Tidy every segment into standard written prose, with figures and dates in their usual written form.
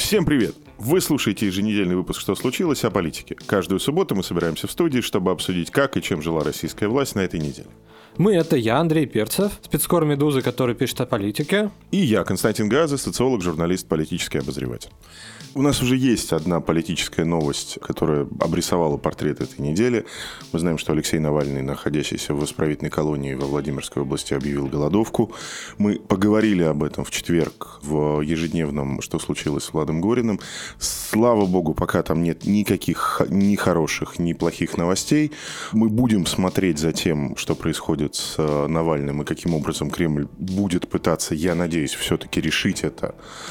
Всем привет! Вы слушаете еженедельный выпуск «Что случилось?» о политике. Каждую субботу мы собираемся в студии, чтобы обсудить, как и чем жила российская власть на этой неделе. Мы — это я, Андрей Перцев, спецкор «Медузы», который пишет о политике. И я, Константин Газа, социолог, журналист, политический обозреватель. У нас уже есть одна политическая новость, которая обрисовала портрет этой недели. Мы знаем, что Алексей Навальный, находящийся в исправительной колонии во Владимирской области, объявил голодовку. Мы поговорили об этом в четверг в ежедневном «Что случилось» с Владом Гориным. Слава богу, пока там нет никаких ни хороших, ни плохих новостей. Мы будем смотреть за тем, что происходит с Навальным и каким образом Кремль будет пытаться, я надеюсь, все-таки решить это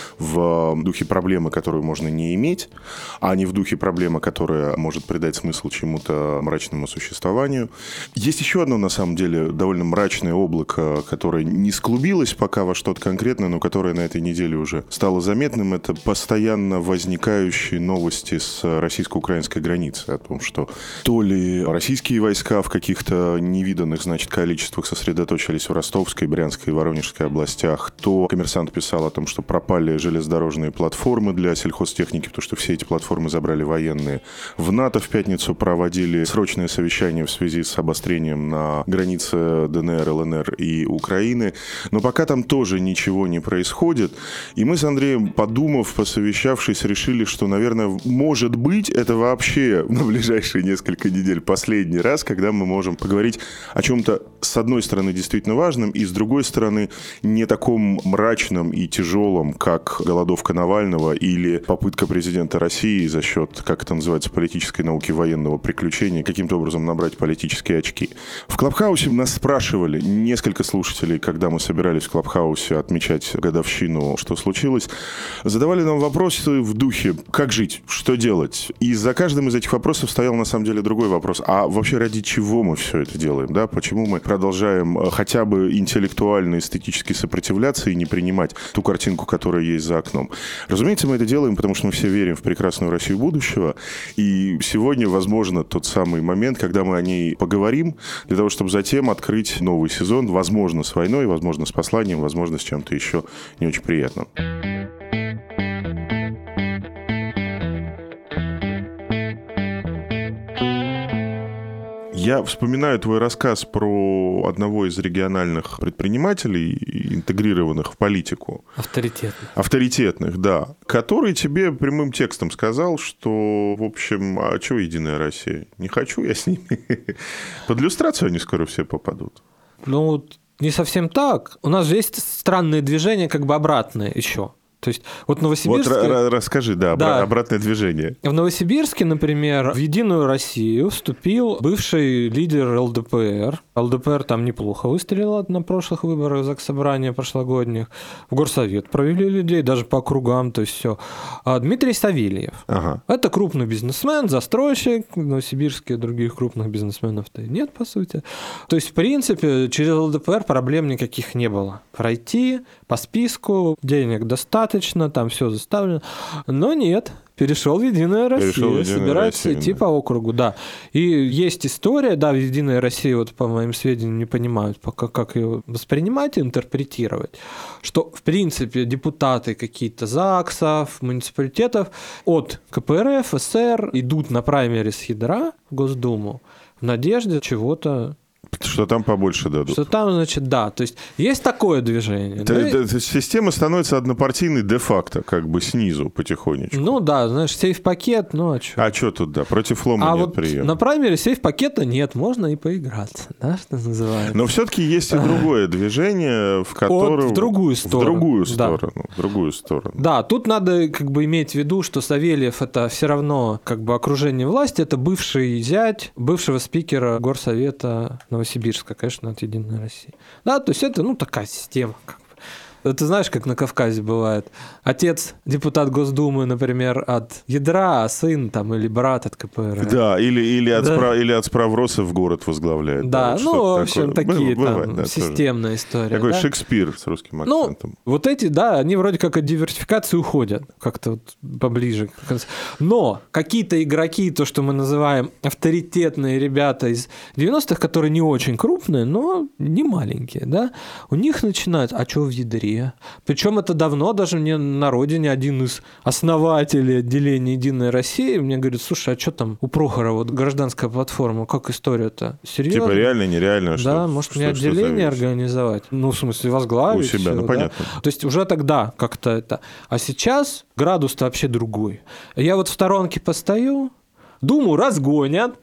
в духе проблемы, которую можно не иметь, а не в духе проблемы, которая может придать смысл чему-то мрачному существованию. Есть еще одно, на самом деле, довольно мрачное облако, которое не склубилось пока во что-то конкретное, но которое на этой неделе уже стало заметным. Это постоянно возникающие новости с российско-украинской границы о том, что то ли российские войска в каких-то невиданных, количествах сосредоточились в Ростовской, Брянской и Воронежской областях, то «Коммерсант» писал о том, что пропали железнодорожные платформы для сельхозтехники, потому что все эти платформы забрали военные. В НАТО в пятницу проводили срочное совещание в связи с обострением на границе ДНР, ЛНР и Украины. Но пока там тоже ничего не происходит. И мы с Андреем, подумав, посовещавшись, решили, что, наверное, может быть, это вообще на ближайшие несколько недель последний раз, когда мы можем поговорить о чем-то, с одной стороны, действительно важным, и с другой стороны, не таком мрачном и тяжелом, как голодовка Навального или попытка президента России за счет, как это называется, политической науки военного приключения, каким-то образом набрать политические очки. В Клабхаусе нас спрашивали несколько слушателей, когда мы собирались в Клабхаусе отмечать годовщину «Что случилось?», задавали нам вопросы в духе «Как жить? Что делать?». И за каждым из этих вопросов стоял, на самом деле, другой вопрос. А вообще ради чего мы все это делаем? Да? Почему мы продолжаем хотя бы интеллектуально, эстетически сопротивляться и не принимать ту картинку, которая есть за окном? Разумеется, мы это делаем, потому что мы все верим в прекрасную Россию будущего. И сегодня, возможно, тот самый момент, когда мы о ней поговорим, для того, чтобы затем открыть новый сезон, возможно, с войной, возможно, с посланием, возможно, с чем-то еще не очень приятным. Я вспоминаю твой рассказ про одного из региональных предпринимателей, интегрированных в политику. Авторитетных, да. Который тебе прямым текстом сказал, что, в общем, а чего «Единая Россия»? Не хочу я с ними. Под люстрацию они скоро все попадут. Не совсем так. У нас же есть странные движения, как бы обратные еще. То есть вот Новосибирске... Расскажи, обратное движение. В Новосибирске, например, в «Единую Россию» вступил бывший лидер ЛДПР. ЛДПР там неплохо выстрелила на прошлых выборах Заксобрания прошлогодних. В Горсовет провели людей, даже по округам, то есть все. Дмитрий Савельев. Ага. Это крупный бизнесмен, застройщик. В Новосибирске других крупных бизнесменов-то и нет, по сути. То есть, в принципе, через ЛДПР проблем никаких не было. Пройти по списку, денег достаточно, там все заставлено. Но нет, перешел в «Единую Россию», собирается идти по округу, да. И есть история, в «Единой России», вот по моим сведениям, не понимают пока, как ее воспринимать и интерпретировать, что, в принципе, депутаты какие-то ЗАГСов, муниципалитетов от КПРФ, СССР идут на праймерис ядра в Госдуму в надежде чего-то. Что там побольше дадут. Что там, да. То есть есть такое движение. Система становится однопартийной де-факто, как бы снизу потихонечку. сейф-пакет, а что? А что тут, против лома нет приема. На праймере сейф-пакета нет, можно и поиграться, что называется. Но все-таки есть и другое движение, в котором... В другую сторону. В другую сторону. Да, тут надо иметь в виду, что Савельев — это все равно окружение власти, это бывший зять бывшего спикера Горсовета Новосибирска, конечно, от «Единой России». Да, то есть это, такая система. Ты знаешь, как на Кавказе бывает. Отец депутат Госдумы, например, от ядра, а сын или брат от КПРФ. Да, или от справроса в город возглавляет. Да, в общем, такие системная история. Такой Шекспир с русским акцентом. Вот эти, они вроде как от диверсификации уходят, как-то поближе. Но какие-то игроки, то, что мы называем авторитетные ребята из 90-х, которые не очень крупные, но не маленькие, у них начинают, а что в ядре Россия. Причем это давно, даже мне на родине один из основателей отделения «Единой России» мне говорит: слушай, а что там у Прохорова вот гражданская платформа, как история-то? Серьезно? Типа реально, нереально? Да, может мне отделение организовать? Ну, в смысле, возглавить. У себя, всё, ну понятно. То есть уже тогда как-то это. А сейчас градус-то вообще другой. Я вот в сторонке постою, думаю, разгонят,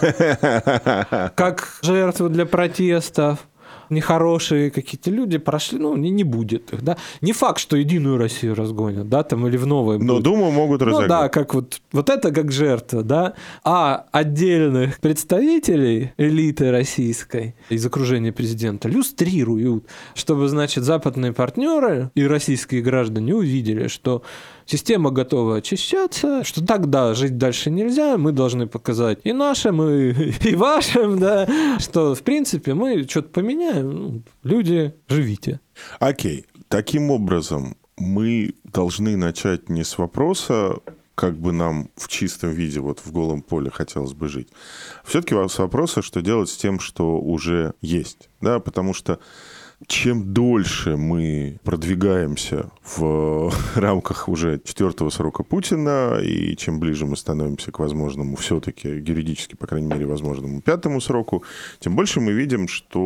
как жертву для протестов. Нехорошие какие-то люди прошли, ну, не будет их, да. Не факт, что «Единую Россию» разгонят, да, там, или в новое будет. Но, думаю, могут разогнать. Ну, да, как вот это как жертва, да. А отдельных представителей элиты российской из окружения президента люстрируют, чтобы, значит, западные партнеры и российские граждане увидели, что система готова очищаться, что тогда жить дальше нельзя, мы должны показать и нашим, и вашим, да, что, в принципе, мы что-то поменяем, ну, люди, живите. Окей. Таким образом, мы должны начать не с вопроса, как бы нам в чистом виде, вот в голом поле хотелось бы жить. Все-таки с вопроса, что делать с тем, что уже есть, да, потому что чем дольше мы продвигаемся в рамках уже 4-го срока Путина, и чем ближе мы становимся к возможному, все-таки юридически, по крайней мере, возможному 5-му сроку, тем больше мы видим,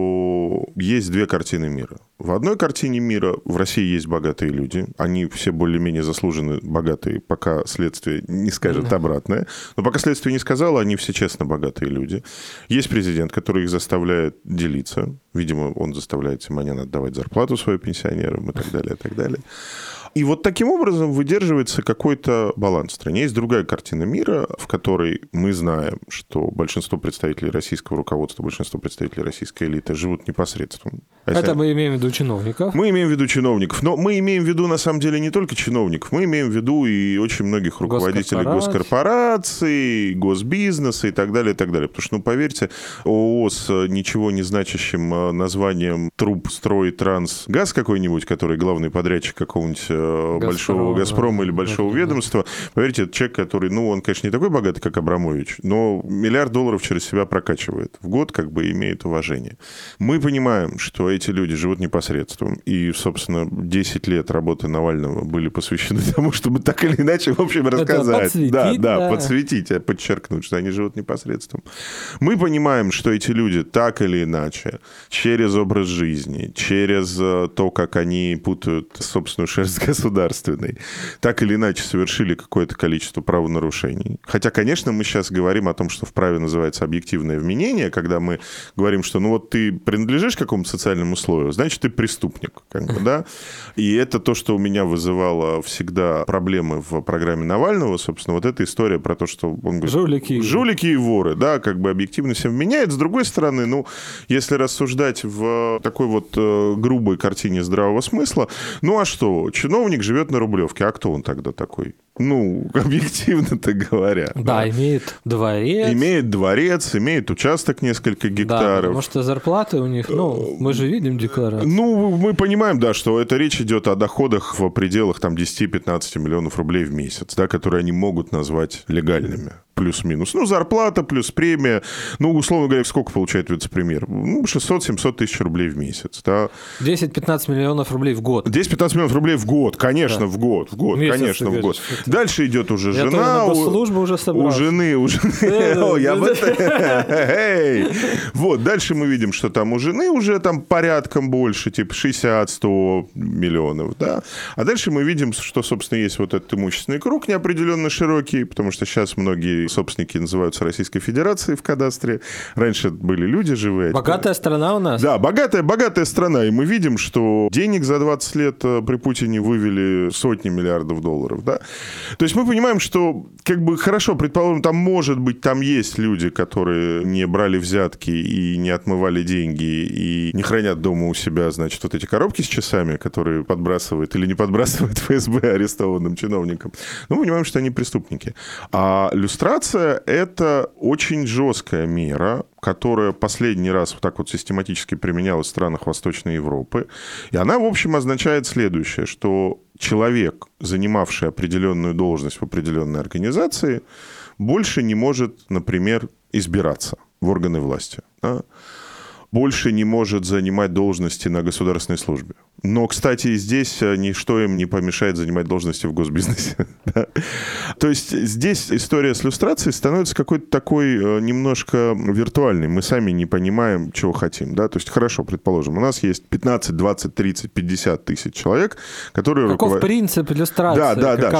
что есть две картины мира. В одной картине мира в России есть богатые люди. Они все более-менее заслуженно богатые, пока следствие не скажет обратное. Но пока следствие не сказало, они все честно богатые люди. Есть президент, который их заставляет делиться. Видимо, он заставляет Симоняна отдавать зарплату своим пенсионерам и так далее, и так далее. И вот таким образом выдерживается какой-то баланс в стране. Есть другая картина мира, в которой мы знаем, что большинство представителей российского руководства, большинство представителей российской элиты живут непосредственно. Это мы имеем в виду чиновников. Мы имеем в виду чиновников. Но мы имеем в виду, на самом деле, не только чиновников. Мы имеем в виду и очень многих руководителей госкорпораций, госбизнеса и так далее, и так далее. Потому что, ну, поверьте, ООО с ничего не значащим названием Трубстройтрансгаз какой-нибудь, который главный подрядчик какого-нибудь большого «Газпрома» или большого ведомства. Поверьте, это человек, который, ну, он, конечно, не такой богатый, как Абрамович, но $1 миллиард через себя прокачивает. В год как бы имеет уважение. Мы понимаем, что эти люди живут непосредством. И, собственно, 10 лет работы Навального были посвящены тому, чтобы так или иначе, в общем, рассказать. Подсветить, подчеркнуть, что они живут непосредством. Мы понимаем, что эти люди так или иначе, через образ жизни, через то, как они путают собственную шерсть с государственной, так или иначе совершили какое-то количество правонарушений. Хотя, конечно, мы сейчас говорим о том, что в праве называется объективное вменение, когда мы говорим, что ну вот ты принадлежишь к какому-то социальному слою, значит, ты преступник. Как бы, да? И это то, что у меня вызывало всегда проблемы в программе Навального, собственно, вот эта история про то, что он говорит, жулики и воры, да, как бы объективно всем вменяет. С другой стороны, ну, если рассуждать в такой вот грубой картине здравого смысла, ну а что, чиновник живет на Рублевке, а кто он тогда такой? Ну, объективно-то говоря. Да, имеет дворец. Имеет дворец, имеет участок несколько гектаров. Да, потому что зарплаты у них, ну, мы же видим декларацию. Ну, мы понимаем, да, что это речь идет о доходах в пределах там 10-15 миллионов рублей в месяц, да, которые они могут назвать легальными. Плюс-минус. Ну, зарплата плюс премия. Ну, условно говоря, сколько получает вице-премьер? Ну, 600-700 тысяч рублей в месяц. Да? 10-15 миллионов рублей в год. 10-15 миллионов рублей в год, конечно, да. в год, месяц, конечно, в год. Дальше идет уже жена. Я на госслужбу уже собрался. У жены. Вот, дальше мы видим, что там у жены уже там порядком больше, типа 60-100 миллионов, да. А дальше мы видим, что, собственно, есть вот этот имущественный круг неопределенно широкий, потому что сейчас многие собственники называются Российской Федерацией в кадастре. Раньше были люди живые. Богатая страна у нас. Да, богатая страна. И мы видим, что денег за 20 лет при Путине вывели сотни миллиардов долларов. Да? То есть мы понимаем, что как бы хорошо, предположим, там может быть, там есть люди, которые не брали взятки и не отмывали деньги и не хранят дома у себя, значит, вот эти коробки с часами, которые подбрасывают или не подбрасывают ФСБ арестованным чиновникам. Мы понимаем, что они преступники. А люстрация — это очень жесткая мера, которая последний раз вот так вот систематически применялась в странах Восточной Европы. И она, в общем, означает следующее, что человек, занимавший определенную должность в определенной организации, больше не может, например, избираться в органы власти. Да? Больше не может занимать должности на государственной службе. Но, кстати, здесь ничто им не помешает занимать должности в госбизнесе. Да? То есть здесь история с люстрацией становится какой-то такой немножко виртуальной. Мы сами не понимаем, чего хотим. Да? То есть, хорошо, предположим, у нас есть 15, 20, 30, 50 тысяч человек, которые... Каков принцип люстрации? Да.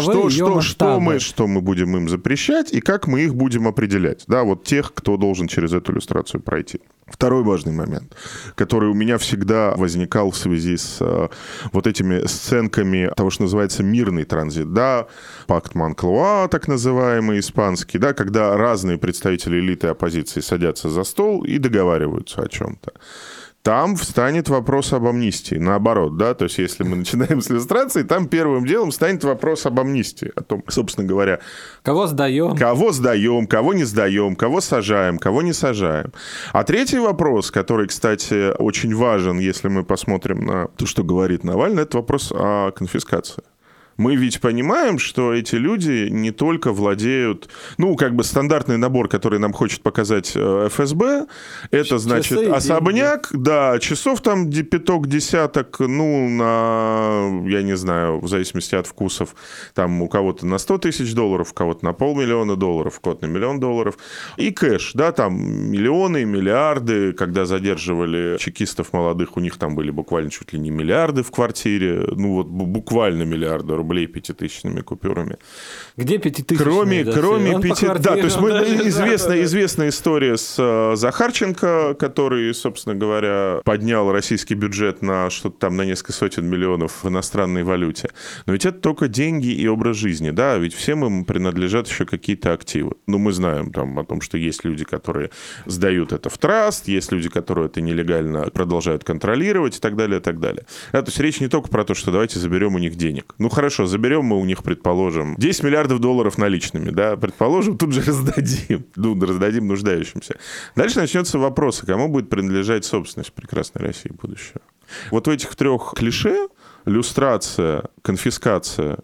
Что мы будем им запрещать и как мы их будем определять. Да, вот тех, кто должен через эту люстрацию пройти. Второй важный момент, который у меня всегда возникал в связи с вот этими сценками того, что называется мирный транзит, да, пакт Монклуа, так называемый, испанский, да, когда разные представители элиты оппозиции садятся за стол и договариваются о чем-то. Там встанет вопрос об амнистии, наоборот, да, то есть если мы начинаем с люстрации, там первым делом станет вопрос об амнистии, о том, собственно говоря... Кого сдаем, кого не сдаем, кого сажаем, кого не сажаем. А третий вопрос, который, кстати, очень важен, если мы посмотрим на то, что говорит Навальный, это вопрос о конфискации. Мы ведь понимаем, что эти люди не только владеют... Ну, как бы стандартный набор, который нам хочет показать ФСБ, это, значит, часы, особняк, деньги. Да, часов там пяток, десяток, ну, на, я не знаю, в зависимости от вкусов, там у кого-то на 100 тысяч долларов, у кого-то на $500 000, у кого-то на $1 000 000. И кэш, да, там миллионы, миллиарды, когда задерживали чекистов молодых, у них там были буквально чуть ли не миллиарды в квартире, ну, вот буквально миллиарды рублей 5-тысячными купюрами. Где 5-тысячные? Кроме 5... Да, то есть известная история с Захарченко, который, собственно говоря, поднял российский бюджет на что-то там на несколько сотен миллионов в иностранной валюте. Но ведь это только деньги и образ жизни, да, ведь всем им принадлежат еще какие-то активы. Ну, мы знаем там о том, что есть люди, которые сдают это в траст, есть люди, которые это нелегально продолжают контролировать и так далее, и так далее. Да, то есть речь не только про то, что давайте заберем у них денег. Ну, хорошо, заберем мы у них, предположим, 10 миллиардов долларов наличными, да, предположим, тут же раздадим нуждающимся. Дальше начнется вопрос, а кому будет принадлежать собственность прекрасной России будущего. Вот в этих трех клише люстрация, конфискация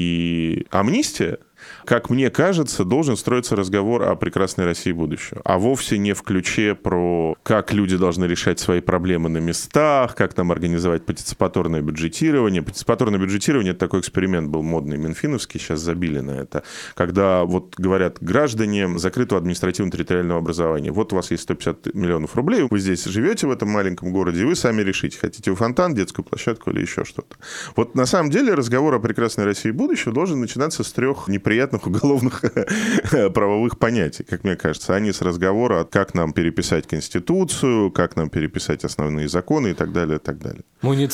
и амнистия, как мне кажется, должен строиться разговор о прекрасной России будущего, а вовсе не в ключе про как люди должны решать свои проблемы на местах, как нам организовать партиципаторное бюджетирование. Партиципаторное бюджетирование — это такой эксперимент был модный, минфиновский, сейчас забили на это, когда вот говорят граждане закрытого административно-территориального образования: вот у вас есть 150 миллионов рублей, вы здесь живете в этом маленьком городе, и вы сами решите, хотите вы фонтан, детскую площадку или еще что-то. Вот на самом деле разговор о прекрасной России будущего должен начинаться с трех неприятных уголовных правовых понятий, как мне кажется, а не с разговора, как нам переписать Конституцию, как нам переписать основные законы и так далее, и так далее.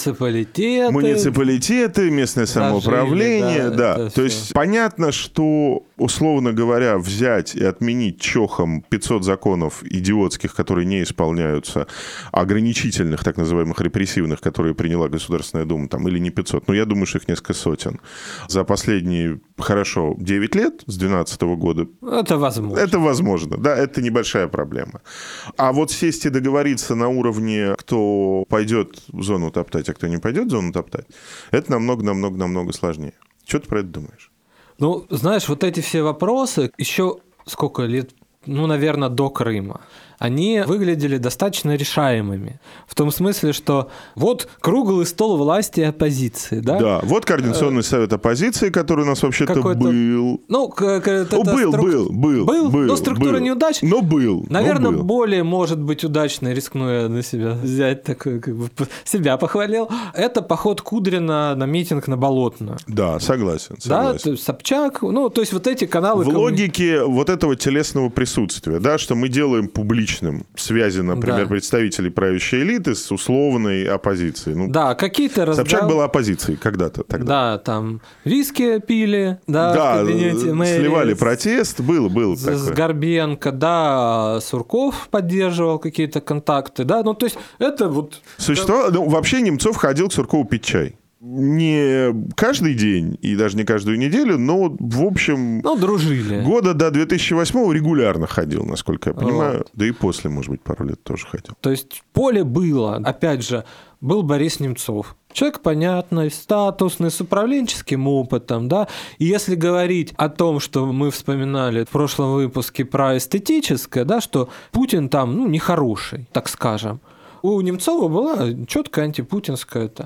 Муниципалитеты, местное самоуправление, да. То есть понятно, что, условно говоря, взять и отменить чохом 500 законов идиотских, которые не исполняются, ограничительных, так называемых репрессивных, которые приняла Государственная Дума, там, или не 500, но я думаю, что их несколько сотен, за последние, хорошо, 9 лет, с 2012 года. Это возможно. Это возможно, да, это небольшая проблема. А вот сесть и договориться на уровне, кто пойдет в зону топтать, а кто не пойдет в зону топтать, это намного сложнее. Что ты про это думаешь? Ну, знаешь, вот эти все вопросы еще сколько лет, ну, наверное, до Крыма, они выглядели достаточно решаемыми. В том смысле, что вот круглый стол власти и оппозиции, да? Да, вот Координационный совет оппозиции, который у нас вообще-то был. Ну, был. Но структура неудачная. Но был. Наверное, более, может быть, удачной, рискну я на себя взять, такой, как бы себя похвалил. Это поход Кудрина на митинг на Болотную. Да, согласен. Да, Собчак, ну, то есть вот эти каналы... В логике вот этого телесного присутствия, да, что мы делаем публичным связи, например, представителей правящей элиты с условной оппозицией. Ну, да, какие-то Собчак была оппозицией когда-то тогда. Да, там виски пили, да, в кабинете мэрии. Сливали протест, был такое. С Горбенко, да, Сурков поддерживал какие-то контакты, да, ну, то есть это вот... Существовало, ну, вообще Немцов ходил к Суркову пить чай. Не каждый день и даже не каждую неделю, но, в общем... Ну, дружили. Года до 2008-го регулярно ходил, насколько я понимаю. Вот. Да и после, может быть, пару лет тоже ходил. То есть поле было. Опять же, был Борис Немцов. Человек понятный, статусный, с управленческим опытом, да. И если говорить о том, что мы вспоминали в прошлом выпуске про эстетическое, да, что Путин там, ну, нехороший, так скажем. У Немцова была четкая антипутинская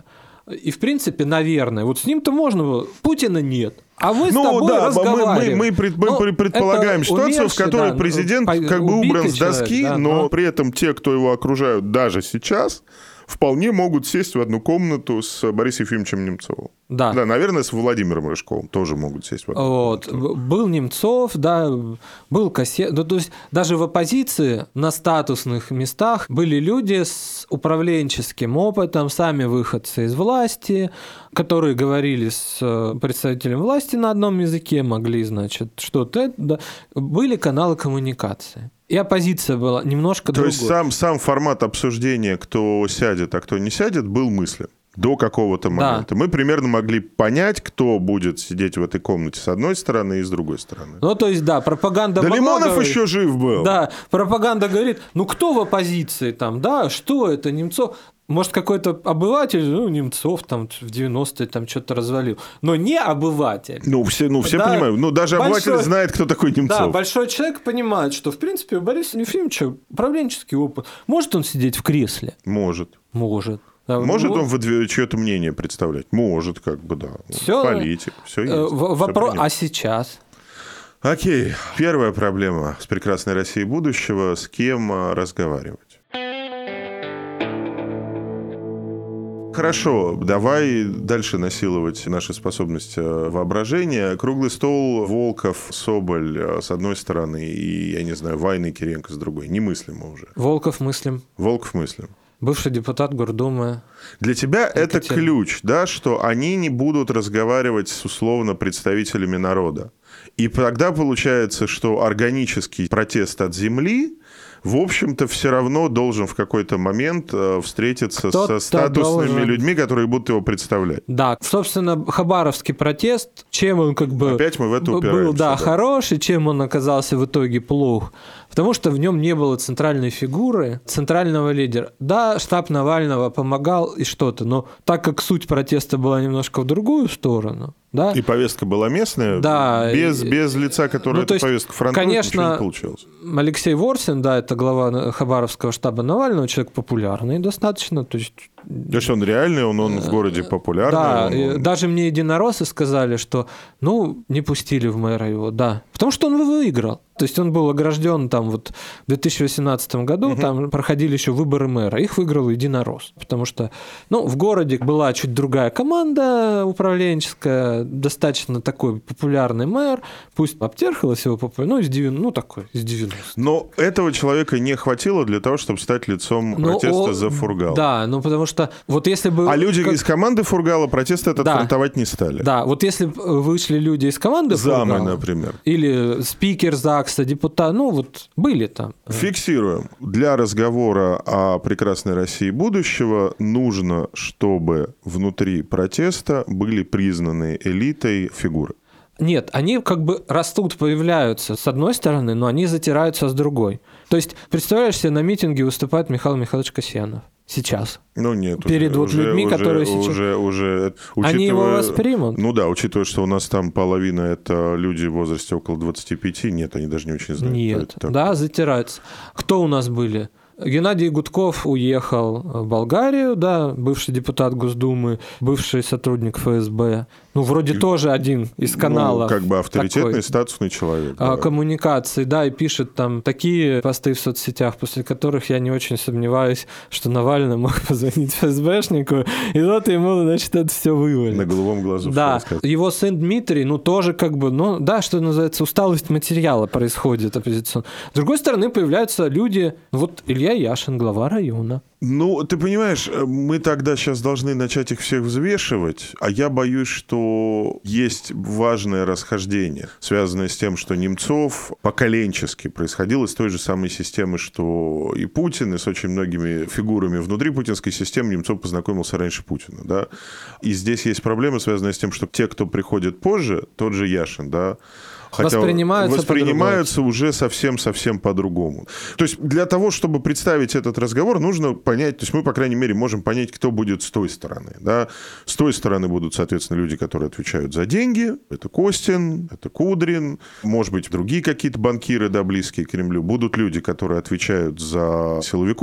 И, в принципе, наверное, вот с ним-то можно было. Путина нет. А мы с тобой разговариваем. Мы предполагаем ситуацию, в которой президент как бы убран с доски, но при этом те, кто его окружают даже сейчас, вполне могут сесть в одну комнату с Борисом Ефимовичем Немцовым. Да, наверное, с Владимиром Рыжковым тоже могут сесть в одну комнату. Был Немцов, да, был Кассет. То есть даже в оппозиции на статусных местах были люди с управленческим опытом, сами выходцы из власти, которые говорили с представителем власти на одном языке, могли, значит, что-то... Да. Были каналы коммуникации. И оппозиция была немножко другой. То есть сам формат обсуждения, кто сядет, а кто не сядет, был мыслен до какого-то момента. Да. Мы примерно могли понять, кто будет сидеть в этой комнате с одной стороны и с другой стороны. Ну, то есть, да, пропаганда... Да Лимонов говорить, еще жив был. Да, пропаганда говорит, ну, кто в оппозиции там, да, что это, Немцов... Может, какой-то обыватель, Немцов там в 90-е там что-то развалил, но не обыватель. Все да, понимают. Даже обыватель знает, кто такой Немцов. Да, большой человек понимает, что, в принципе, у Бориса Ефимовича управленческий опыт. Может он сидеть в кресле? Может. Да, может он чье-то мнение представлять? Может, как бы, да. Всё, политик, все есть. Вопрос, а сейчас? Окей. Первая проблема с прекрасной Россией будущего – с кем разговаривать. Хорошо, давай дальше насиловать наши способности воображения. Круглый стол, Волков, Соболь с одной стороны и, я не знаю, Вайна и Кириенко с другой. Немыслимо уже. Волков мыслим. Бывший депутат Гордумы. Для тебя это ключ, да, что они не будут разговаривать с условно представителями народа. И тогда получается, что органический протест от земли в общем-то, все равно должен в какой-то момент встретиться со статусными людьми, которые будут его представлять. Да, собственно, хабаровский протест, чем он как бы... Опять мы в это упираемся. Был, да, хороший, чем он оказался в итоге плох. Потому что в нем не было центральной фигуры, центрального лидера. Да, штаб Навального помогал и что-то, но так как суть протеста была немножко в другую сторону, да? И повестка была местная, да, без лица, которое эту повестку фронтует, конечно, ничего не получилось. Алексей Ворсин, да, это глава хабаровского штаба Навального, человек популярный достаточно. То есть он реальный, он в городе популярный. Да, даже мне единороссы сказали, что, не пустили в мэра его, да. Потому что он выиграл. То есть он был огражден там вот в 2018 году, там проходили еще выборы мэра, их выиграл единорос. Потому что, в городе была чуть другая команда управленческая, достаточно такой популярный мэр, пусть обтерхалось его популярно, из 90-х. Но этого человека не хватило для того, чтобы стать лицом протеста за Фургала. Да, потому что вот если бы... А люди из команды Фургала протест этот фронтовать не стали. Да, вот если бы вышли люди из команды Фургала... Замы, например. Или спикер ЗАГСа, депутат, были там. Фиксируем. Для разговора о прекрасной России будущего нужно, чтобы внутри протеста были признаны элитой фигуры. Нет, они как бы растут, появляются с одной стороны, но они затираются с другой. То есть, представляешь себе, на митинге выступает Михаил Михайлович Касьянов. Сейчас. Нет. Перед людьми, которые сейчас... Они его воспримут? Учитывая, что у нас там половина это люди в возрасте около 25, нет, они даже не очень знают. Нет, да, затираются. Кто у нас были? Геннадий Гудков уехал в Болгарию, да, бывший депутат Госдумы, бывший сотрудник ФСБ. Вроде тоже один из каналов. Как бы авторитетный, такой, статусный человек. Да. Коммуникации, да, и пишет там такие посты в соцсетях, после которых я не очень сомневаюсь, что Навальный мог позвонить ФСБшнику, и вот ему, значит, это все вывалит. На голубом глазу. Да, его сын Дмитрий, тоже как бы, что называется, усталость материала происходит оппозиционно. С другой стороны, появляются люди, Илья Яшин, глава района. Ты понимаешь, мы тогда сейчас должны начать их всех взвешивать, а я боюсь, что есть важное расхождение, связанное с тем, что Немцов поколенчески происходил из той же самой системы, что и Путин, и с очень многими фигурами внутри путинской системы Немцов познакомился раньше Путина, да. И здесь есть проблема, связанная с тем, что те, кто приходит позже, тот же Яшин, да, хотя воспринимаются уже совсем по-другому. То есть для того, чтобы представить этот разговор, нужно понять, то есть мы, по крайней мере, можем понять, кто будет с той стороны. Да? С той стороны будут, соответственно, люди, которые отвечают за деньги. Это Костин, это Кудрин, может быть, другие какие-то банкиры, да, близкие к Кремлю. Будут люди, которые отвечают за силовиков,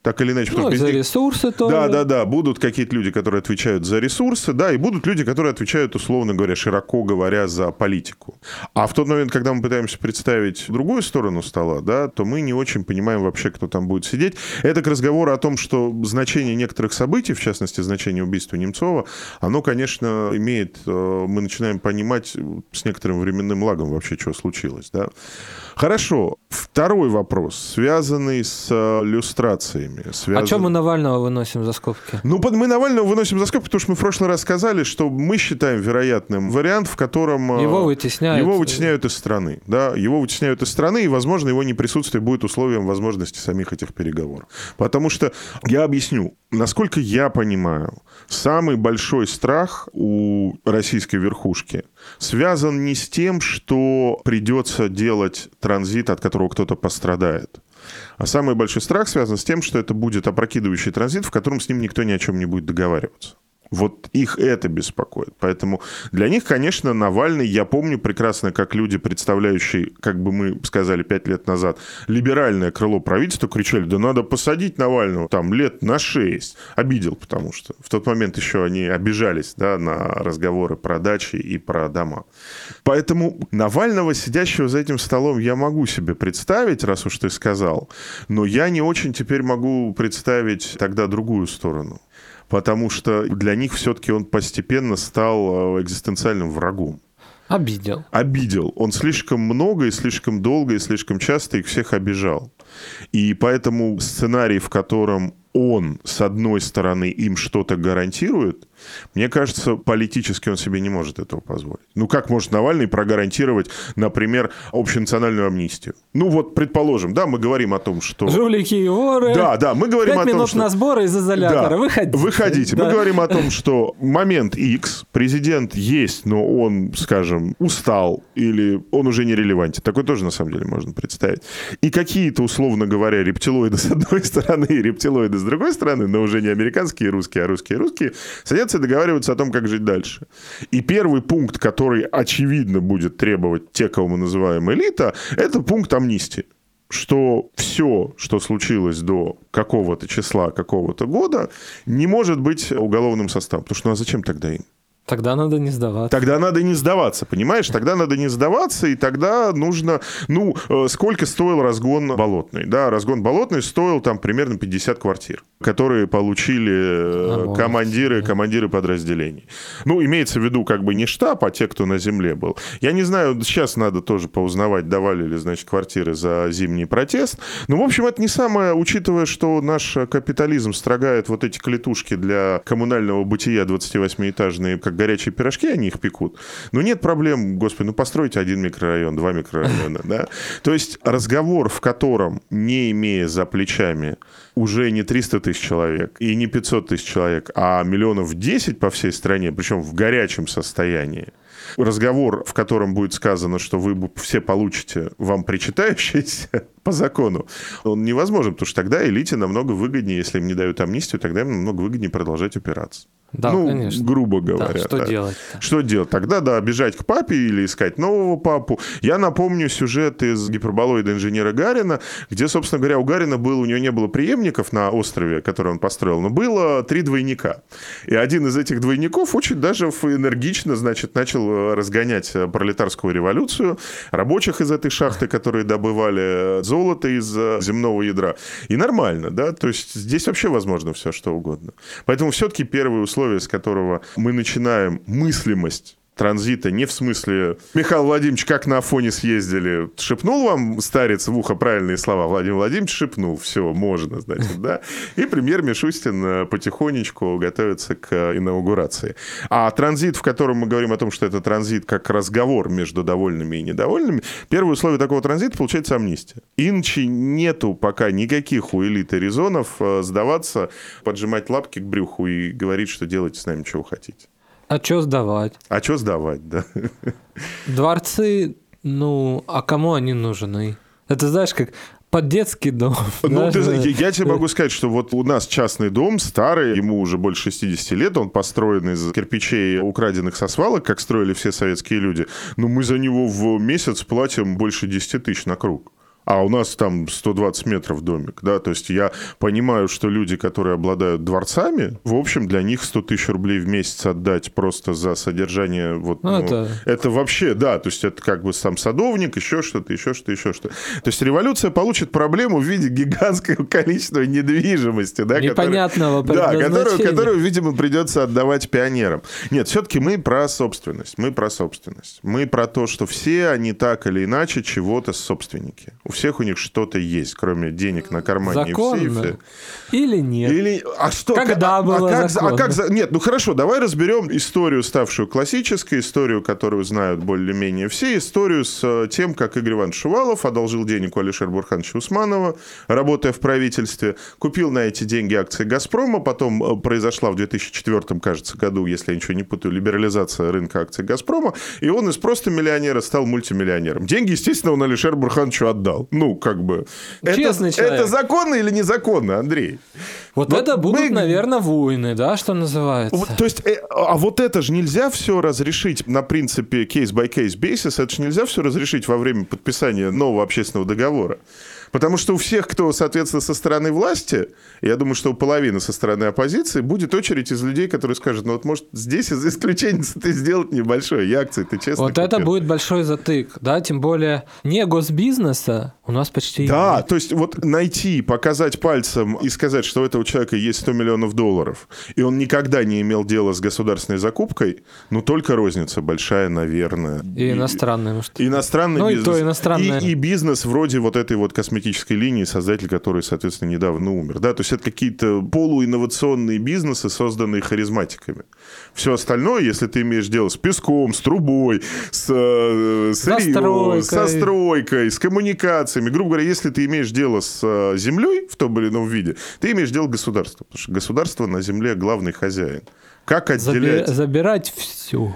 так или иначе. Ну, за ресурсы тоже. Да, будут какие-то люди, которые отвечают за ресурсы, да, и будут люди, которые отвечают, условно говоря, широко говоря, за политику. А в тот момент, когда мы пытаемся представить другую сторону стола, да, то мы не очень понимаем вообще, кто там будет сидеть. Это к разговору о том, что значение некоторых событий, в частности, значение убийства Немцова, оно, конечно, имеет, мы начинаем понимать с некоторым временным лагом вообще, что случилось, да. Хорошо. Второй вопрос, связанный с люстрациями. А что мы Навального выносим за скобки? Ну, мы Навального выносим за скобки, потому что мы в прошлый раз сказали, что мы считаем вероятным вариант, в котором... Его вытесняют из страны. Да, его вытесняют из страны, и, возможно, его неприсутствие будет условием возможности самих этих переговоров. Потому что, я объясню, насколько я понимаю, самый большой страх у российской верхушки связан не с тем, что придется делать транзит, от которого кто-то пострадает. А самый большой страх связан с тем, что это будет опрокидывающий транзит, в котором с ним никто ни о чем не будет договариваться. Вот их это беспокоит. Поэтому для них, конечно, Навальный, я помню прекрасно, как люди, представляющие, как бы мы сказали 5 лет назад, либеральное крыло правительства, кричали, да надо посадить Навального там лет на 6. Обидел, потому что в тот момент еще они обижались, да, на разговоры про дачи и про дома. Поэтому Навального, сидящего за этим столом, я могу себе представить, раз уж ты сказал, но я не очень теперь могу представить тогда другую сторону. Потому что для них все-таки он постепенно стал экзистенциальным врагом. Обидел. Он слишком много и слишком долго и слишком часто их всех обижал. И поэтому сценарий, в котором он, с одной стороны, им что-то гарантирует, мне кажется, политически он себе не может этого позволить. Ну, как может Навальный прогарантировать, например, общенациональную амнистию? Ну, вот, предположим, да, мы говорим о том, что... Жулики и воры. Да, мы говорим о том, 5 минут на сборы из изолятора. Да, выходите. Да. Мы говорим о том, что момент X, президент есть, но он, скажем, устал, или он уже не релевантен. Такое тоже, на самом деле, можно представить. И какие-то, условно говоря, рептилоиды с одной стороны и рептилоиды с другой стороны, но уже не американские и русские, а русские и русские, садятся и договариваются о том, как жить дальше. И первый пункт, который, очевидно, будет требовать те, кого мы называем элита, это пункт амнистии. Что все, что случилось до какого-то числа, какого-то года, не может быть уголовным составом. Потому что, ну а зачем тогда им? Тогда надо не сдаваться. Понимаешь? Тогда надо не сдаваться, и тогда нужно... Ну, сколько стоил разгон Болотный? Да, разгон Болотный стоил там примерно 50 квартир, которые получили командиры подразделений. Ну, имеется в виду как бы не штаб, а те, кто на земле был. Я не знаю, сейчас надо тоже поузнавать, давали ли, значит, квартиры за зимний протест. Ну, в общем, это не самое, учитывая, что наш капитализм строгает вот эти клетушки для коммунального бытия 28-этажные, как горячие пирожки, они их пекут. Но нет проблем, господи, постройте 1 микрорайон, 2 микрорайона, да. То есть разговор, в котором, не имея за плечами уже не 300 тысяч человек и не 500 тысяч человек, а 10 миллионов по всей стране, причем в горячем состоянии, разговор, в котором будет сказано, что вы все получите вам причитающееся по закону, он невозможен, потому что тогда элите намного выгоднее, если им не дают амнистию, тогда им намного выгоднее продолжать упираться. Да, конечно. Грубо говоря. Да, что делать? Что делать? Тогда, да, бежать к папе или искать нового папу. Я напомню сюжет из гиперболоида инженера Гарина, где, собственно говоря, у него не было преемников на острове, который он построил, но было 3 двойника. И один из этих двойников очень даже энергично, значит, начал разгонять пролетарскую революцию, рабочих из этой шахты, которые добывали золото из земного ядра. И нормально, да, то есть здесь вообще возможно все, что угодно. Поэтому все-таки первое условие, с которого мы начинаем мыслимость транзита, не в смысле «Михаил Владимирович, как на Афоне съездили?» Шепнул вам старец в ухо правильные слова? Владимир Владимирович шепнул. Все, можно, значит, да? И премьер Мишустин потихонечку готовится к инаугурации. А транзит, в котором мы говорим о том, что это транзит как разговор между довольными и недовольными, первое условие такого транзита получается амнистия. Иначе нету пока никаких у элиты резонов сдаваться, поджимать лапки к брюху и говорить, что делайте с нами, что вы хотите. А что сдавать? Да. Дворцы, а кому они нужны? Это, знаешь, как под детский дом. Я тебе могу сказать, что вот у нас частный дом старый, ему уже больше 60 лет, он построен из кирпичей, украденных со свалок, как строили все советские люди. Но мы за него в месяц платим больше 10 тысяч на круг. а у нас там 120 метров домик, да, то есть я понимаю, что люди, которые обладают дворцами, в общем, для них 100 тысяч рублей в месяц отдать просто за содержание, вот, это вообще, да, то есть это как бы сам садовник, еще что-то. То есть революция получит проблему в виде гигантского количества недвижимости, да, непонятного предназначения, которую, видимо, придется отдавать пионерам. Нет, все-таки мы про собственность, мы про то, что все они так или иначе чего-то собственники. У всех у них что-то есть, кроме денег на кармане законно и в сейфе. Или нет? А что? Когда было законно? Нет, ну хорошо, давай разберем историю, ставшую классической, историю, которую знают более-менее все, историю с тем, как Игорь Иванович Шувалов одолжил денег у Алишера Бурхановича Усманова, работая в правительстве, купил на эти деньги акции «Газпрома», потом произошла в 2004, кажется, году, если я ничего не путаю, либерализация рынка акций «Газпрома», и он из просто миллионера стал мультимиллионером. Деньги, естественно, он Алишеру Бурхановичу отдал. Ну, как бы... Честный человек. Это законно или незаконно, Андрей? Вот это будут, наверное, войны, да, что называется. То есть, а вот это же нельзя все разрешить на принципе case-by-case basis, это же нельзя все разрешить во время подписания нового общественного договора. Потому что у всех, кто, соответственно, со стороны власти, я думаю, что у половины со стороны оппозиции, будет очередь из людей, которые скажут, ну вот, может, здесь из исключения ты сделать небольшое, и акции-то честно вот купил. это будет большой затык, да, тем более не госбизнеса у нас почти да, нет. То есть вот найти, показать пальцем и сказать, что у этого человека есть $100 миллионов, и он никогда не имел дела с государственной закупкой, ну, только розница большая, наверное. И иностранная, может. Иностранный ну, бизнес. И то иностранная. И бизнес вроде вот этой вот косметической линии, создатель которой, соответственно, недавно умер. Да? То есть это какие-то полуинновационные бизнесы, созданные харизматиками. Все остальное, если ты имеешь дело с песком, с трубой, с сырьем, со стройкой, с коммуникациями, грубо говоря, если ты имеешь дело с землей в том или ином виде, ты имеешь дело с государством. Потому что государство на земле главный хозяин. Как отделять... Забирать все.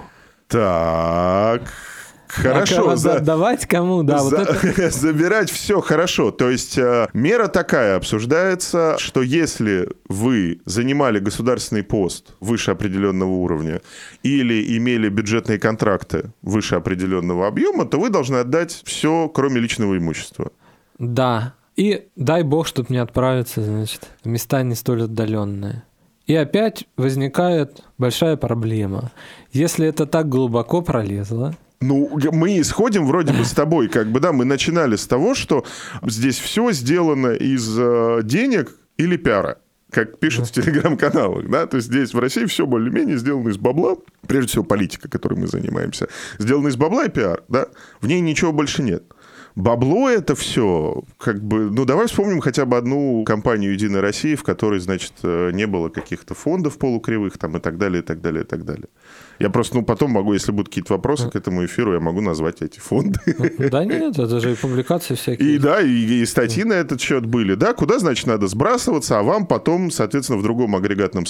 Так... Хорошо. Отдавать кому, да. Забирать все хорошо. То есть мера такая обсуждается, что если вы занимали государственный пост выше определенного уровня или имели бюджетные контракты выше определенного объема, то вы должны отдать все, кроме личного имущества. Да. И дай бог, чтобы не отправиться, значит, в места не столь отдаленные. И опять возникает большая проблема. Если это так глубоко пролезло, ну, мы исходим вроде бы с тобой, как бы, да, мы начинали с того, что здесь все сделано из денег или пиара, как пишут в телеграм-каналах, да, то есть здесь в России все более-менее сделано из бабла, прежде всего политика, которой мы занимаемся, сделано из бабла и пиар, да, в ней ничего больше нет. Бабло это все, как бы, ну, давай вспомним хотя бы одну компанию «Единая Россия», в которой, значит, не было каких-то фондов полукривых там и так далее, и так далее, и так далее. Я просто, ну, потом могу, если будут какие-то вопросы к этому эфиру, я могу назвать эти фонды. Да нет, это же и публикации всякие. И да, и статьи на этот счет были. Да, куда, значит, надо сбрасываться, а вам потом, соответственно, в другом агрегатном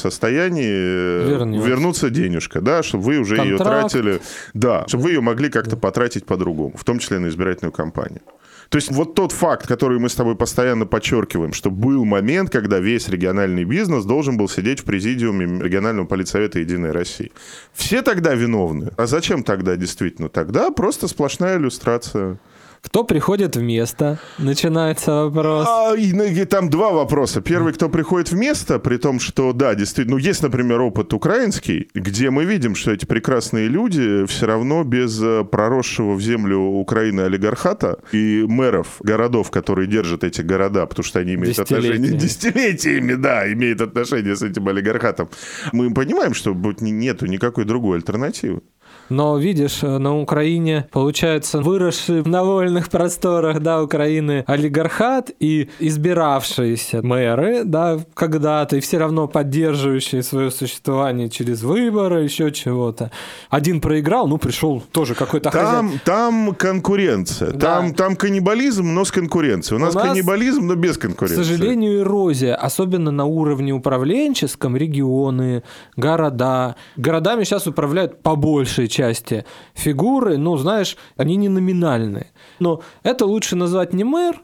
состоянии вернуться денежка, да, чтобы вы уже ее тратили. Да, чтобы вы ее могли как-то потратить по-другому, в том числе на избирательную кампанию. То есть вот тот факт, который мы с тобой постоянно подчеркиваем, что был момент, когда весь региональный бизнес должен был сидеть в президиуме регионального политсовета «Единой России». Все тогда виновны. А зачем тогда действительно? Тогда просто сплошная иллюстрация. Кто приходит вместо? Начинается вопрос. И там два вопроса. Первый, кто приходит вместо, при том, что, да, действительно, ну, есть, например, опыт украинский, где мы видим, что эти прекрасные люди все равно без проросшего в землю Украины олигархата и мэров городов, которые держат эти города, потому что они имеют отношение десятилетиями, да, имеют отношение с этим олигархатом. Мы понимаем, что нету никакой другой альтернативы. Но, видишь, на Украине, получается, выросший на вольных просторах, да, Украины олигархат и избиравшиеся мэры, да, когда-то, и все равно поддерживающие свое существование через выборы, еще чего-то. Один проиграл, ну, пришел тоже какой-то хозяин. Там конкуренция, да. там каннибализм, но с конкуренцией. У нас каннибализм, но без конкуренции. К сожалению, эрозия, особенно на уровне управленческом, регионы, города. Городами сейчас управляют по большей части фигуры, ну, знаешь, они не номинальные. Но это лучше назвать не мэр,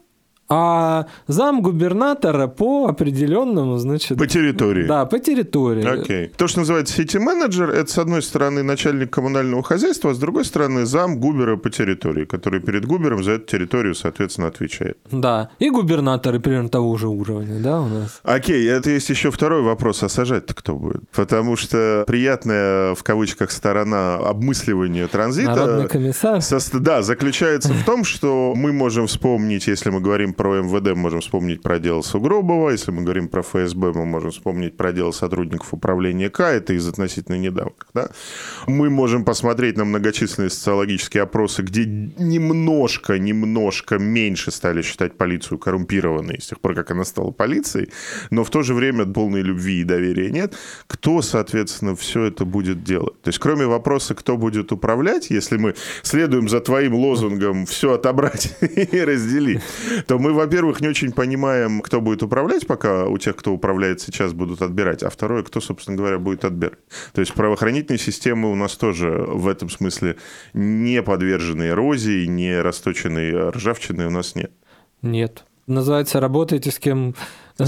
а замгубернатора по определенному, значит... По территории. Да, по территории. Окей. То, что называется сити-менеджер, это, с одной стороны, начальник коммунального хозяйства, а с другой стороны, зам губера по территории, который перед губером за эту территорию, соответственно, отвечает. Да, и губернаторы примерно того же уровня, да, у нас. Окей, это есть еще второй вопрос, а сажать-то кто будет? Потому что приятная, в кавычках, сторона обмысливания транзита... Народный комиссар. Да, заключается в том, что мы можем вспомнить, если мы говорим про МВД, мы можем вспомнить про дело Сугробова, если мы говорим про ФСБ, мы можем вспомнить про дело сотрудников управления К, это из относительно недавних, да? Мы можем посмотреть на многочисленные социологические опросы, где немножко меньше стали считать полицию коррумпированной с тех пор, как она стала полицией, но в то же время полной любви и доверия нет. Кто, соответственно, все это будет делать? То есть, кроме вопроса, кто будет управлять, если мы следуем за твоим лозунгом «все отобрать и разделить», то мы, во-первых, не очень понимаем, кто будет управлять, пока у тех, кто управляет сейчас, будут отбирать, а второе, кто, собственно говоря, будет отбирать. То есть правоохранительные системы у нас тоже в этом смысле не подвержены эрозии, не расточенной ржавчины у нас нет. Нет. Называется, работаете с кем... Да,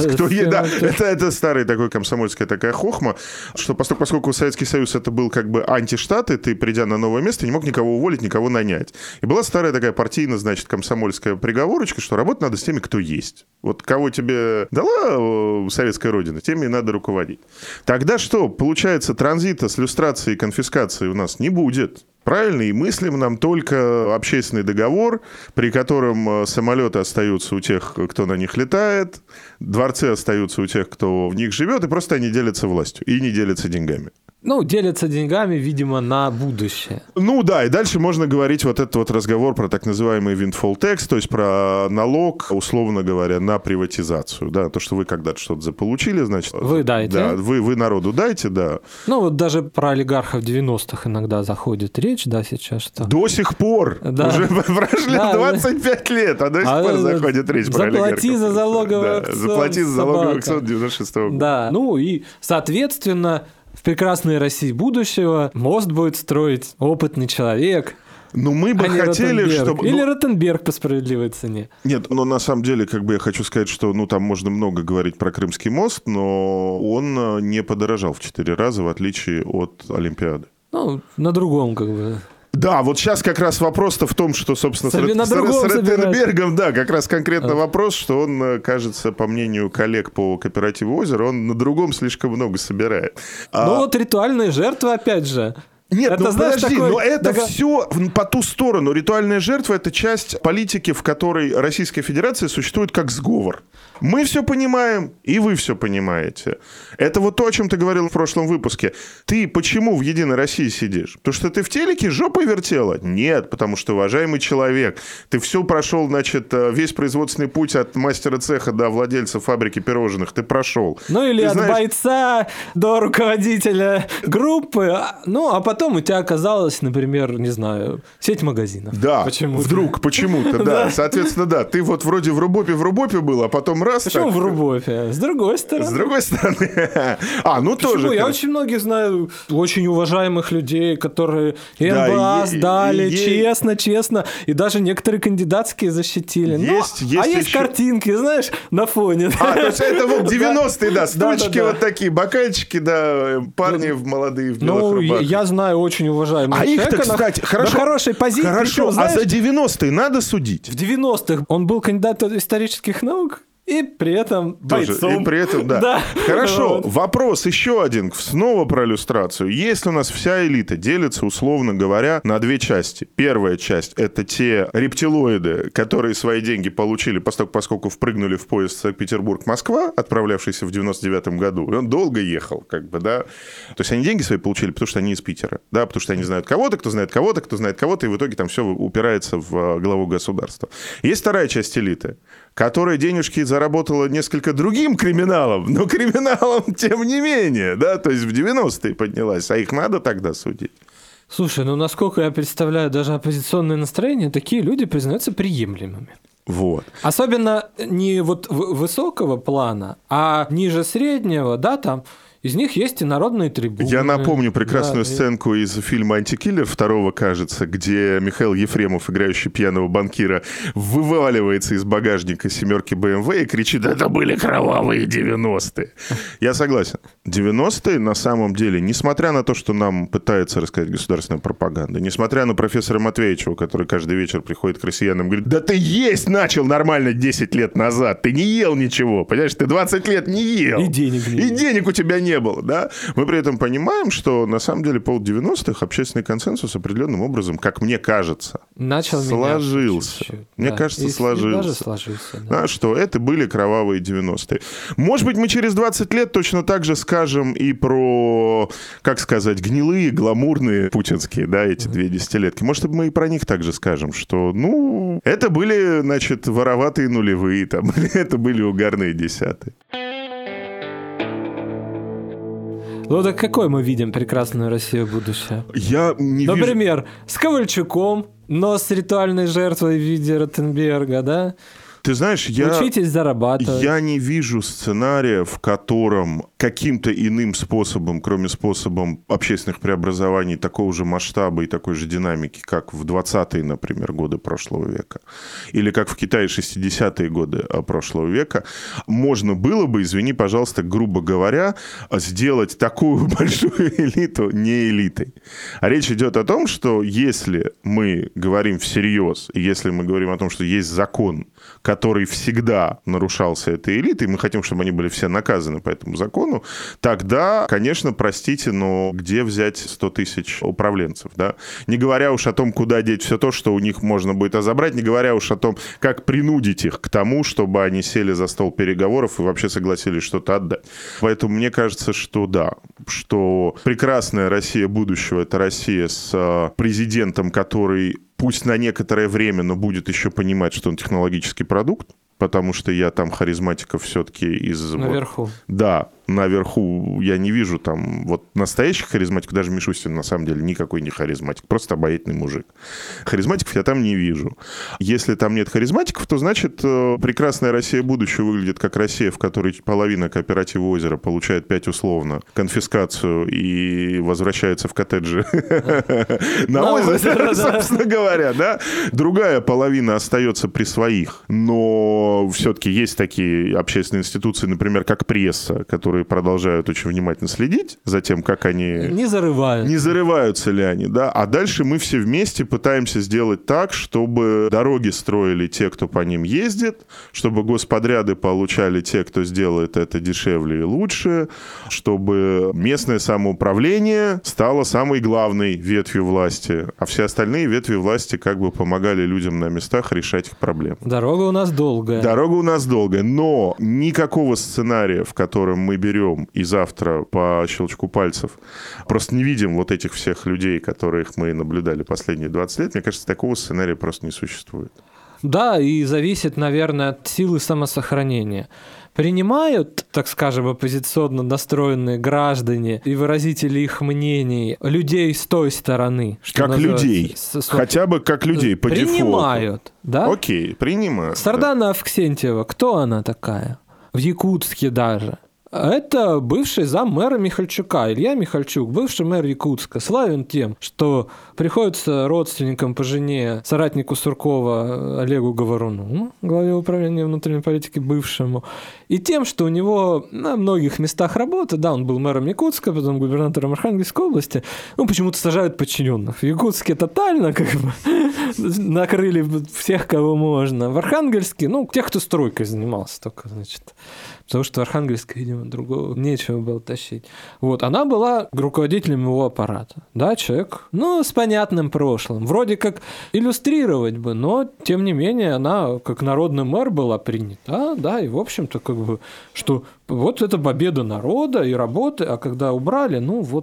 это старая такой комсомольская такая хохма, что поскольку Советский Союз это был как бы антиштат, и ты, придя на новое место, не мог никого уволить, никого нанять. И была старая такая партийная, значит, комсомольская приговорочка, что работать надо с теми, кто есть. Вот кого тебе дала советская родина, теми и надо руководить. Тогда что? Получается, транзита с люстрацией и конфискацией у нас не будет. Правильно, и мыслим нам только общественный договор, при котором самолеты остаются у тех, кто на них летает, дворцы остаются у тех, кто в них живет, и просто они делятся властью и не делятся деньгами. Ну, делятся деньгами, видимо, на будущее. Ну да, и дальше можно говорить вот этот вот разговор про так называемый windfall tax, то есть про налог, условно говоря, на приватизацию. Да, то, что вы когда-то что-то заполучили, значит... Вы дайте. Да, вы народу дайте, да. Ну, вот даже про олигархов 90-х иногда заходит речь, да, сейчас что... До сих пор! Да. Уже прошли 25 лет, а до сих пор заходит речь про олигархов. Заплати за залоговый аукцион. Заплати за залоговый аукцион 96-го года. Да, ну и, соответственно... В прекрасной России будущего мост будет строить опытный человек. Ну, мы бы хотели, чтобы... Или Ротенберг по справедливой цене. Нет, но на самом деле, как бы я хочу сказать, что там можно много говорить про Крымский мост, но он не подорожал в 4 раза, в отличие от Олимпиады. Ну, на другом как бы... Да, вот сейчас как раз вопрос-то в том, что, собственно, с Ротенбергом, да, как раз конкретно вопрос, что он, кажется, по мнению коллег по кооперативу «Озеро», он на другом слишком много собирает. Ну вот ритуальные жертвы, опять же. Нет, это, ну знаешь, подожди, такой... но это все по ту сторону. Ритуальная жертва – это часть политики, в которой Российская Федерация существует как сговор. Мы все понимаем, и вы все понимаете. Это вот то, о чем ты говорил в прошлом выпуске. Ты почему в «Единой России» сидишь? Потому что ты в телеке жопой вертела? Нет, потому что, уважаемый человек, ты все прошел, значит, весь производственный путь от мастера цеха до владельца фабрики пирожных. Ты прошел. Ну или от бойца до руководителя группы. Ну, а потом у тебя оказалась, например, не знаю, сеть магазинов. Да, вдруг почему-то, да. Соответственно, да, ты вот вроде в Рубопе был, а потом раз... Почему так... в Рубопе? С другой стороны. С другой стороны. Ну почему? тоже. Я очень многих знаю, очень уважаемых людей, которые МБА сдали честно, и даже некоторые кандидатские защитили. Есть картинки, знаешь, на фоне. То есть это вот 90-е, да, стульчики вот такие, бокальчики, да, парни молодые в белых рубахах. Я знаю очень уважаемого человека. Их-то, кстати, хорошо. На хорошей позиции. Хорошо, а за 90-е надо судить? В 90-х он был кандидатом исторических наук. И при этом бойцом. И при этом, да. Хорошо, вопрос еще один, снова про иллюстрацию. Если у нас вся элита делится, условно говоря, на две части. Первая часть – это те рептилоиды, которые свои деньги получили, поскольку впрыгнули в поезд Санкт-Петербург-Москва, отправлявшийся в 99-м году, и он долго ехал, как бы, да. То есть они деньги свои получили, потому что они из Питера, да, потому что они знают кого-то, кто знает кого-то, кто знает кого-то, и в итоге там все упирается в главу государства. Есть вторая часть элиты, которая денежки заработала несколько другим криминалом, но криминалом тем не менее, да, то есть в 90-е поднялась, а их надо тогда судить. Слушай, ну насколько я представляю, даже оппозиционные настроения, такие люди признаются приемлемыми. Вот. Особенно не вот высокого плана, а ниже среднего, да, там Из них есть и народные трибуны. Я напомню прекрасную сценку из фильма «Антикиллер» второго, кажется, где Михаил Ефремов, играющий пьяного банкира, вываливается из багажника семерки BMW и кричит: «Это были кровавые 90-е». Я согласен. 90-е на самом деле, несмотря на то, что нам пытается рассказать государственная пропаганда, несмотря на профессора Матвеевича, который каждый вечер приходит к россиянам и говорит: да ты есть начал нормально 10 лет назад, ты не ел ничего, понимаешь, ты 20 лет не ел. И денег у тебя не было, да? Мы при этом понимаем, что на самом деле по 90-х общественный консенсус определенным образом, как мне кажется, сложился. Чуть-чуть, мне кажется, сложился. Даже сложился, да. Что это были кровавые 90-е. Может быть, мы через 20 лет точно так же скажем и про, как сказать, гнилые, гламурные путинские, да, эти 2 десятилетки. Может, мы и про них также скажем, что, ну, это были, значит, вороватые нулевые, там, это были угарные десятые. Ну так какой мы видим прекрасную Россию будущее? Я не вижу... Например, с Ковальчуком, но с ритуальной жертвой в виде Ротенберга, да? Ты знаешь, Учитесь зарабатывать. Я не вижу сценария, в котором каким-то иным способом, кроме способом общественных преобразований такого же масштаба и такой же динамики, как в 20-е, например, годы прошлого века, или как в Китае 60-е годы прошлого века, можно было бы, извини, пожалуйста, грубо говоря, сделать такую большую элиту не элитой. А речь идет о том, что если мы говорим всерьез, если мы говорим о том, что есть закон, который всегда нарушался этой элитой, и мы хотим, чтобы они были все наказаны по этому закону, тогда, конечно, простите, но где взять 100 тысяч управленцев, да? Не говоря уж о том, куда деть все то, что у них можно будет забрать, не говоря уж о том, как принудить их к тому, чтобы они сели за стол переговоров и вообще согласились что-то отдать. Поэтому мне кажется, что да, что прекрасная Россия будущего — это Россия с президентом, который пусть на некоторое время, но будет еще понимать, что он технологический продукт, потому что я там харизматиков все-таки из... Наверху. Да, наверху я не вижу там вот настоящих харизматиков, даже Мишустин на самом деле никакой не харизматик, просто обаятельный мужик. Харизматиков я там не вижу. Если там нет харизматиков, то значит прекрасная Россия будущего выглядит как Россия, в которой половина кооператива «Озеро» получает 5 условно конфискацию и возвращается в коттеджи на озеро, собственно говоря, да. Другая половина остается при своих, но все-таки есть такие общественные институции, например, как пресса, которые продолжают очень внимательно следить за тем, как они... Не зарываются ли они, да. А дальше мы все вместе пытаемся сделать так, чтобы дороги строили те, кто по ним ездит, чтобы господряды получали те, кто сделает это дешевле и лучше, чтобы местное самоуправление стало самой главной ветвью власти, а все остальные ветви власти как бы помогали людям на местах решать их проблемы. Дорога у нас долгая. Дорога у нас долгая, но никакого сценария, в котором мы берем и завтра по щелчку пальцев просто не видим вот этих всех людей, которых мы наблюдали последние 20 лет, мне кажется, такого сценария просто не существует. Да, и зависит, наверное, от силы самосохранения. Принимают, так скажем, оппозиционно настроенные граждане и выразители их мнений людей с той стороны. Что как людей. Хотя бы как людей по дефолту. Принимают, да? Окей, принимают. Сардана да. Авксентьева, кто она такая? В Якутске даже. Это бывший заммэра Михальчука, Илья Михальчук, бывший мэр Якутска, славен тем, что приходится родственникам по жене, соратнику Суркова Олегу Говоруну, главе управления внутренней политики бывшему, и тем, что у него на многих местах работы, да, он был мэром Якутска, потом губернатором Архангельской области, почему-то сажают подчиненных. В Якутске тотально как бы накрыли всех, кого можно. В Архангельске, тех, кто стройкой занимался только, значит, потому что в Архангельске, видимо, другого нечего было тащить. Вот, она была руководителем его аппарата. Да, человек, с понятным прошлым. Вроде как иллюстрировать бы, но, тем не менее, она как народный мэр была принята, да, и, в общем-то, как бы, что вот это победа народа и работы, а когда убрали,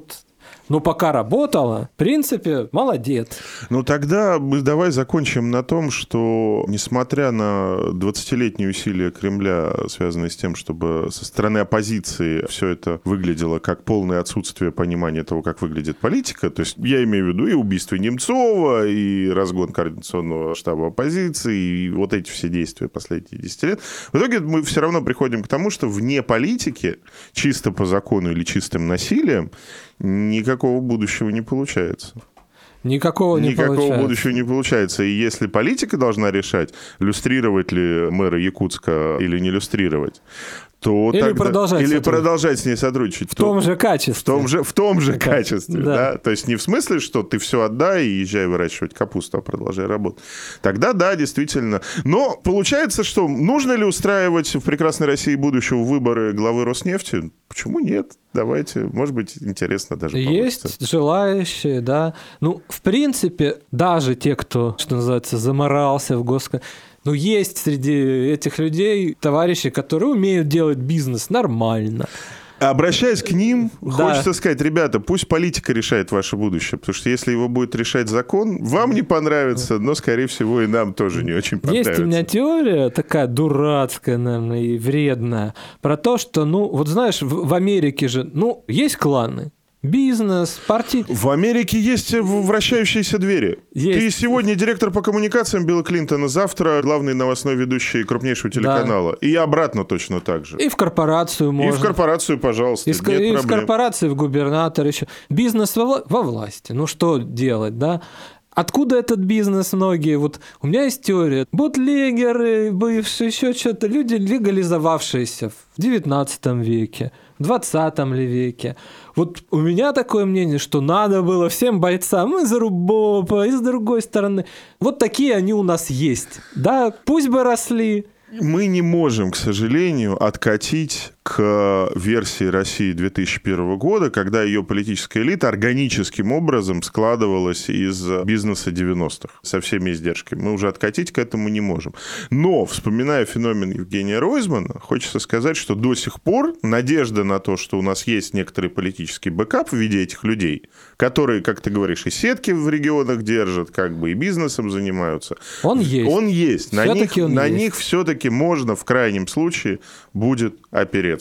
Но пока работало, в принципе, молодец. Ну, тогда мы давай закончим на том, что, несмотря на 20-летние усилия Кремля, связанные с тем, чтобы со стороны оппозиции все это выглядело как полное отсутствие понимания того, как выглядит политика, то есть я имею в виду и убийство Немцова, и разгон координационного штаба оппозиции, и вот эти все действия последние 10 лет, в итоге мы все равно приходим к тому, что вне политики, чисто по закону или чистым насилием, никакого будущего не получается. Никакого будущего не получается. И если политика должна решать, люстрировать ли мэра Якутска или не люстрировать, то или продолжать с ней сотрудничать. В том же качестве. В том же качестве, да. То есть не в смысле, что ты все отдай и езжай выращивать капусту, а продолжай работать. Тогда да, действительно. Но получается, что нужно ли устраивать в прекрасной России будущего выборы главы Роснефти? Почему нет? Давайте, может быть, интересно даже получится. Есть желающие, да. Ну, в принципе, даже те, кто, что называется, заморался в Ну, есть среди этих людей товарищи, которые умеют делать бизнес нормально. Обращаясь к ним, хочется сказать, ребята, пусть политика решает ваше будущее, потому что если его будет решать закон, вам не понравится, но, скорее всего, и нам тоже не очень понравится. Есть у меня теория такая дурацкая, наверное, и вредная, про то, что, ну, вот знаешь, в Америке же, ну, есть кланы. Бизнес, партии. В Америке есть вращающиеся двери. Есть. Ты сегодня директор по коммуникациям Билла Клинтона, завтра главный новостной ведущий крупнейшего телеканала. Да. И обратно точно так же. И в корпорацию можно. И в корпорацию, пожалуйста, нет проблем. В корпорации, в губернатор еще. Бизнес во власти. Ну что делать, да? Откуда этот бизнес многие? Вот у меня есть теория. Бутлегеры, бывшие, еще что-то. Люди, легализовавшиеся в 19 веке, в 20 веке. Вот у меня такое мнение, что надо было всем бойцам из РУБОПа, и с другой стороны. Вот такие они у нас есть. Да, пусть бы росли. Мы не можем, к сожалению, откатить к версии России 2001 года, когда ее политическая элита органическим образом складывалась из бизнеса 90-х со всеми издержками. Мы уже откатить к этому не можем. Но, вспоминая феномен Евгения Ройзмана, хочется сказать, что до сих пор надежда на то, что у нас есть некоторый политический бэкап в виде этих людей, которые, как ты говоришь, и сетки в регионах держат, как бы и бизнесом занимаются. Он есть. На них все-таки можно в крайнем случае будет опереться.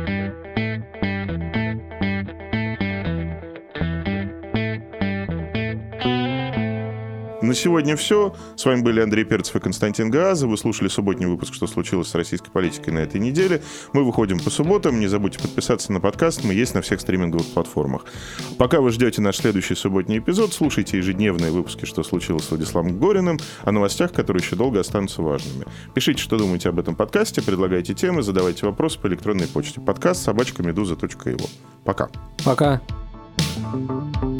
На сегодня все. С вами были Андрей Перцев и Константин Гаазов. Вы слушали субботний выпуск «Что случилось с российской политикой на этой неделе». Мы выходим по субботам. Не забудьте подписаться на подкаст. Мы есть на всех стриминговых платформах. Пока вы ждете наш следующий субботний эпизод, слушайте ежедневные выпуски «Что случилось» с Владиславом Гориным о новостях, которые еще долго останутся важными. Пишите, что думаете об этом подкасте, предлагайте темы, задавайте вопросы по электронной почте. Подкаст @meduza.io. Пока. Пока.